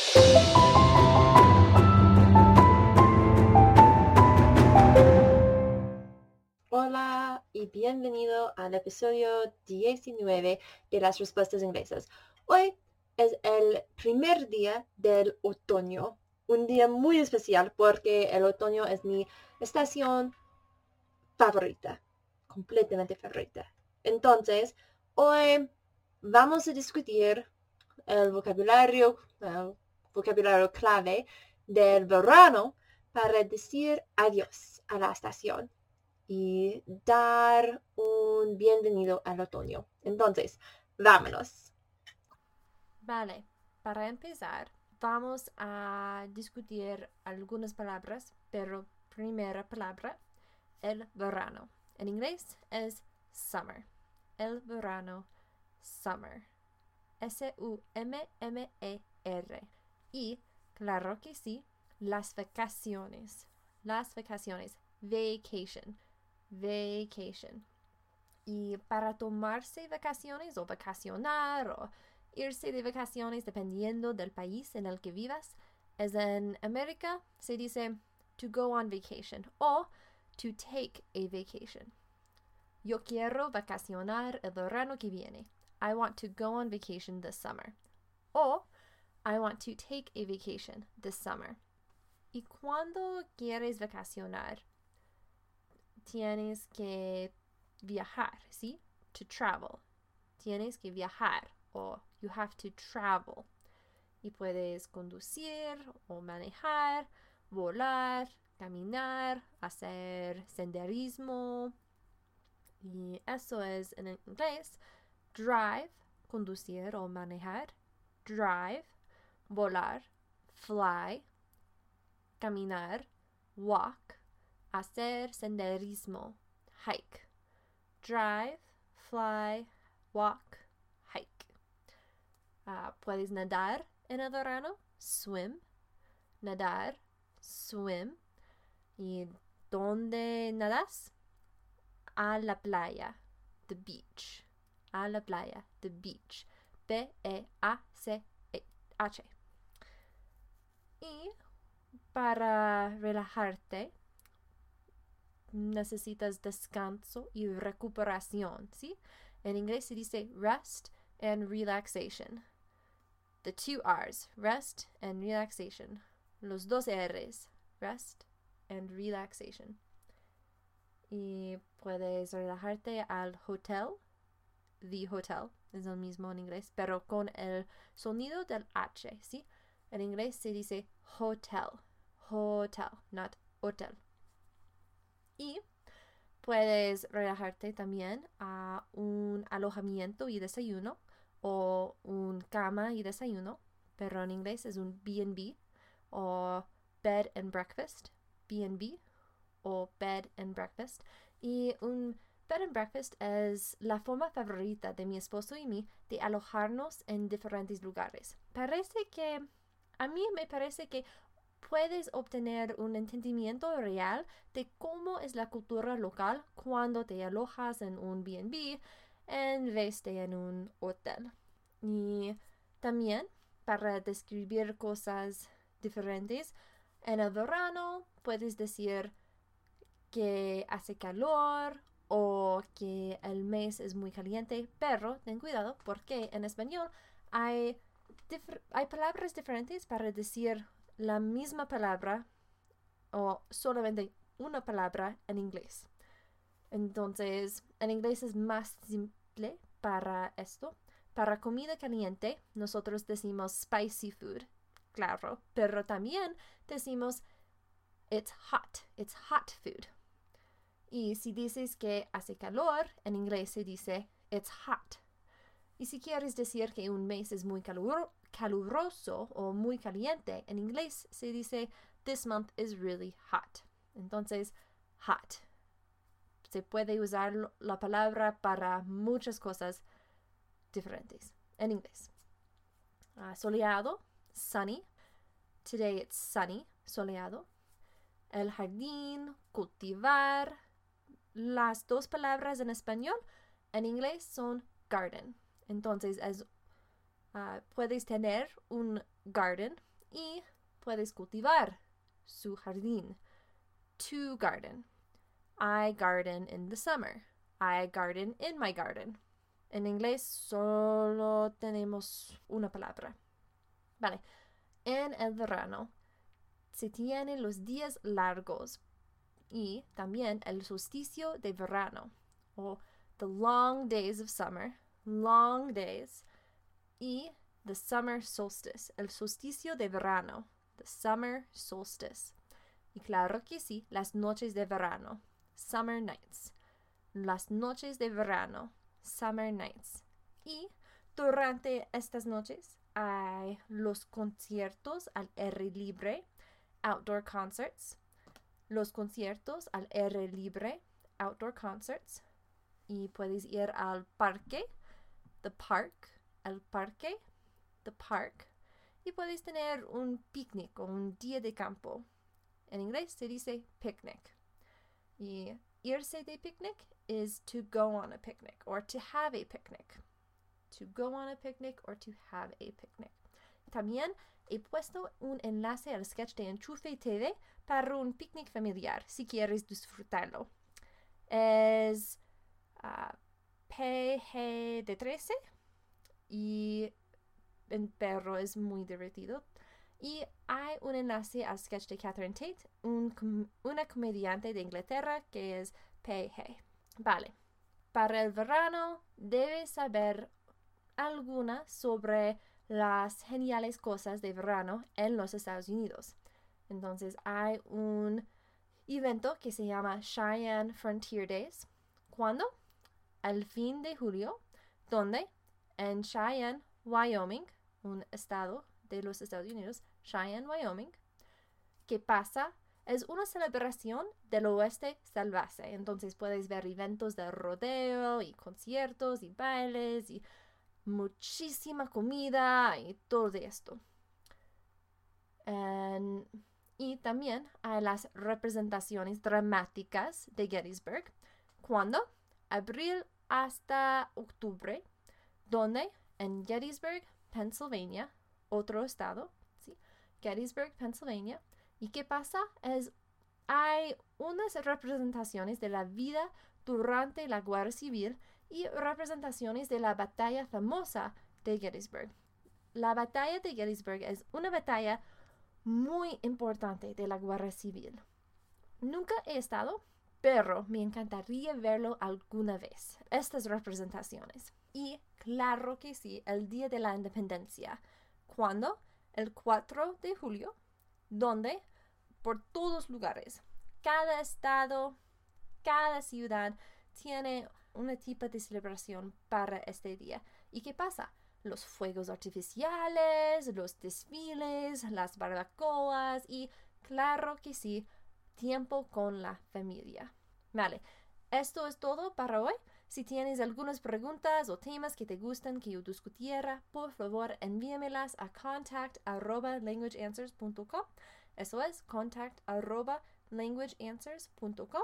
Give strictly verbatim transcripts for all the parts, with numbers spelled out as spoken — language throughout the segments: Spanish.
Hola y bienvenido al episodio diecinueve de las respuestas inglesas. Hoy es el primer día del otoño, un día muy especial porque el otoño es mi estación favorita, completamente favorita. Entonces, hoy vamos a discutir el vocabulario, el vocabulario clave del verano para decir adiós a la estación y dar un bienvenido al otoño. Entonces, vámonos. Vale, para empezar, vamos a discutir algunas palabras, pero primera palabra, el verano. En inglés es summer. El verano, summer. S U M M E R. Y, claro que sí, las vacaciones. Las vacaciones. Vacation. Vacation. Y para tomarse vacaciones o vacacionar o irse de vacaciones dependiendo del país en el que vivas, es en América se dice to go on vacation o to take a vacation. Yo quiero vacacionar el verano que viene. I want to go on vacation this summer. O I want to take a vacation this summer. Y cuando quieres vacacionar, tienes que viajar, ¿sí? To travel. Tienes que viajar o you have to travel. Y puedes conducir o manejar, volar, caminar, hacer senderismo. Y eso es en inglés drive, conducir o manejar, drive, volar, fly, caminar, walk, hacer senderismo, hike. Drive, fly, walk, hike. Uh, puedes nadar en el verano, swim, nadar, swim. ¿Y dónde nadas? A la playa, the beach. A la playa, the beach. B E A C H. Y para relajarte, necesitas descanso y recuperación, ¿sí? En inglés se dice rest and relaxation. The two R's, rest and relaxation. Los dos R's, rest and relaxation. Y puedes relajarte al hotel, the hotel, es el mismo en inglés, pero con el sonido del H, ¿sí? En inglés se dice hotel, hotel, not hotel. Y puedes relajarte también a un alojamiento y desayuno o un cama y desayuno, pero en inglés es un B and B o bed and breakfast, B and B o bed and breakfast. Y un bed and breakfast es la forma favorita de mi esposo y mí de alojarnos en diferentes lugares. Parece que, a mí me parece que puedes obtener un entendimiento real de cómo es la cultura local cuando te alojas en un B and B en vez de en un hotel. Y también para describir cosas diferentes, en el verano puedes decir que hace calor o que el mes es muy caliente, pero ten cuidado porque en español hay, hay palabras diferentes para decir la misma palabra o solamente una palabra en inglés. Entonces, en inglés es más simple para esto. Para comida caliente, nosotros decimos spicy food, claro, pero también decimos it's hot, it's hot food. Y si dices que hace calor, en inglés se dice it's hot. Y si quieres decir que un mes es muy caluro, caluroso o muy caliente, en inglés se dice this month is really hot. Entonces, hot. Se puede usar la palabra para muchas cosas diferentes en inglés. Uh, soleado, sunny. Today it's sunny, soleado. El jardín, cultivar. Las dos palabras en español, en inglés son garden. Entonces, es, uh, puedes tener un garden y puedes cultivar su jardín. To garden. I garden in the summer. I garden in my garden. En inglés solo tenemos una palabra. Vale. En el verano se tienen los días largos y también el solsticio de verano, o the long days of summer, long days, y the summer solstice, el solsticio de verano, the summer solstice. Y claro que sí, las noches de verano, summer nights, las noches de verano, summer nights. Y durante estas noches hay los conciertos al aire libre, outdoor concerts, los conciertos al aire libre, outdoor concerts, y puedes ir al parque, the park, el parque, the park, y puedes tener un picnic o un día de campo. En inglés se dice picnic. Y irse de picnic is to go on a picnic or to have a picnic. To go on a picnic or to have a picnic. También he puesto un enlace al sketch de Enchufe T V para un picnic familiar, si quieres disfrutarlo. Es uh, P G de trece y el perro es muy divertido. Y hay un enlace al sketch de Catherine Tate, un com una comediante de Inglaterra que es P G. Vale. Para el verano debes saber alguna sobre las geniales cosas de verano en los Estados Unidos. Entonces hay un evento que se llama Cheyenne Frontier Days. ¿Cuándo? Al fin de julio, donde en Cheyenne, Wyoming, un estado de los Estados Unidos, Cheyenne, Wyoming, que pasa, es una celebración del oeste salvaje. Entonces puedes ver eventos de rodeo y conciertos y bailes y muchísima comida y todo esto. And, y también hay las representaciones dramáticas de Gettysburg. ¿Cuándo? Abril hasta octubre, donde en Gettysburg, Pennsylvania, otro estado, ¿sí? Gettysburg, Pennsylvania. ¿Y qué pasa? Es, hay unas representaciones de la vida durante la Guerra Civil y representaciones de la batalla famosa de Gettysburg. La batalla de Gettysburg es una batalla muy importante de la Guerra Civil. Nunca he estado, pero me encantaría verlo alguna vez, estas representaciones. Y claro que sí, el Día de la Independencia. ¿Cuándo? El cuatro de julio, donde por todos lugares, cada estado, cada ciudad tiene una tipo de celebración para este día. ¿Y qué pasa? Los fuegos artificiales, los desfiles, las barbacoas y, claro que sí, tiempo con la familia. Vale, esto es todo para hoy. Si tienes algunas preguntas o temas que te gustan que yo discutiera, por favor envíamelas a contact arroba languageanswers punto com. Eso es contact arroba languageanswers punto com.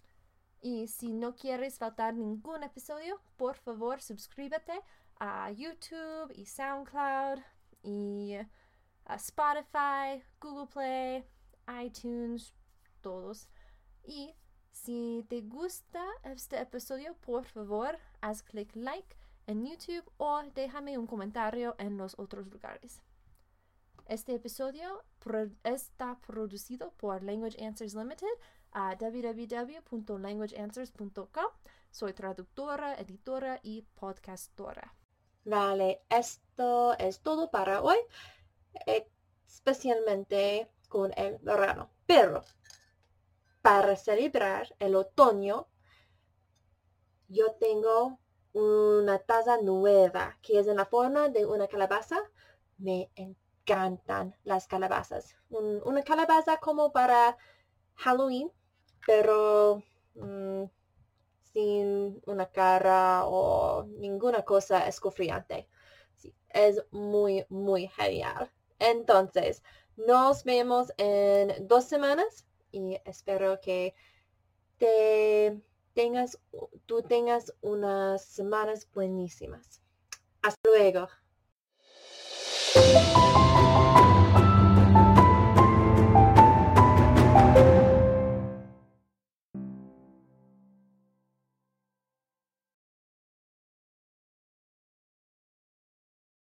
Y si no quieres faltar ningún episodio, por favor suscríbete a YouTube y SoundCloud y a Spotify, Google Play, iTunes, todos. Y si te gusta este episodio, por favor haz clic like en YouTube o déjame un comentario en los otros lugares. Este episodio pro- está producido por Language Answers Limited a w w w punto language answers punto com. Soy traductora, editora y podcastora. Vale, esto es todo para hoy, especialmente con el verano. Pero para celebrar el otoño, yo tengo una taza nueva que es en la forma de una calabaza. Me encantan las calabazas. Un, una calabaza como para Halloween, pero mmm, sin una cara o ninguna cosa escofriante. Sí, es muy, muy genial. Entonces, nos vemos en dos semanas y espero que te tengas, tú tengas unas semanas buenísimas. Hasta luego.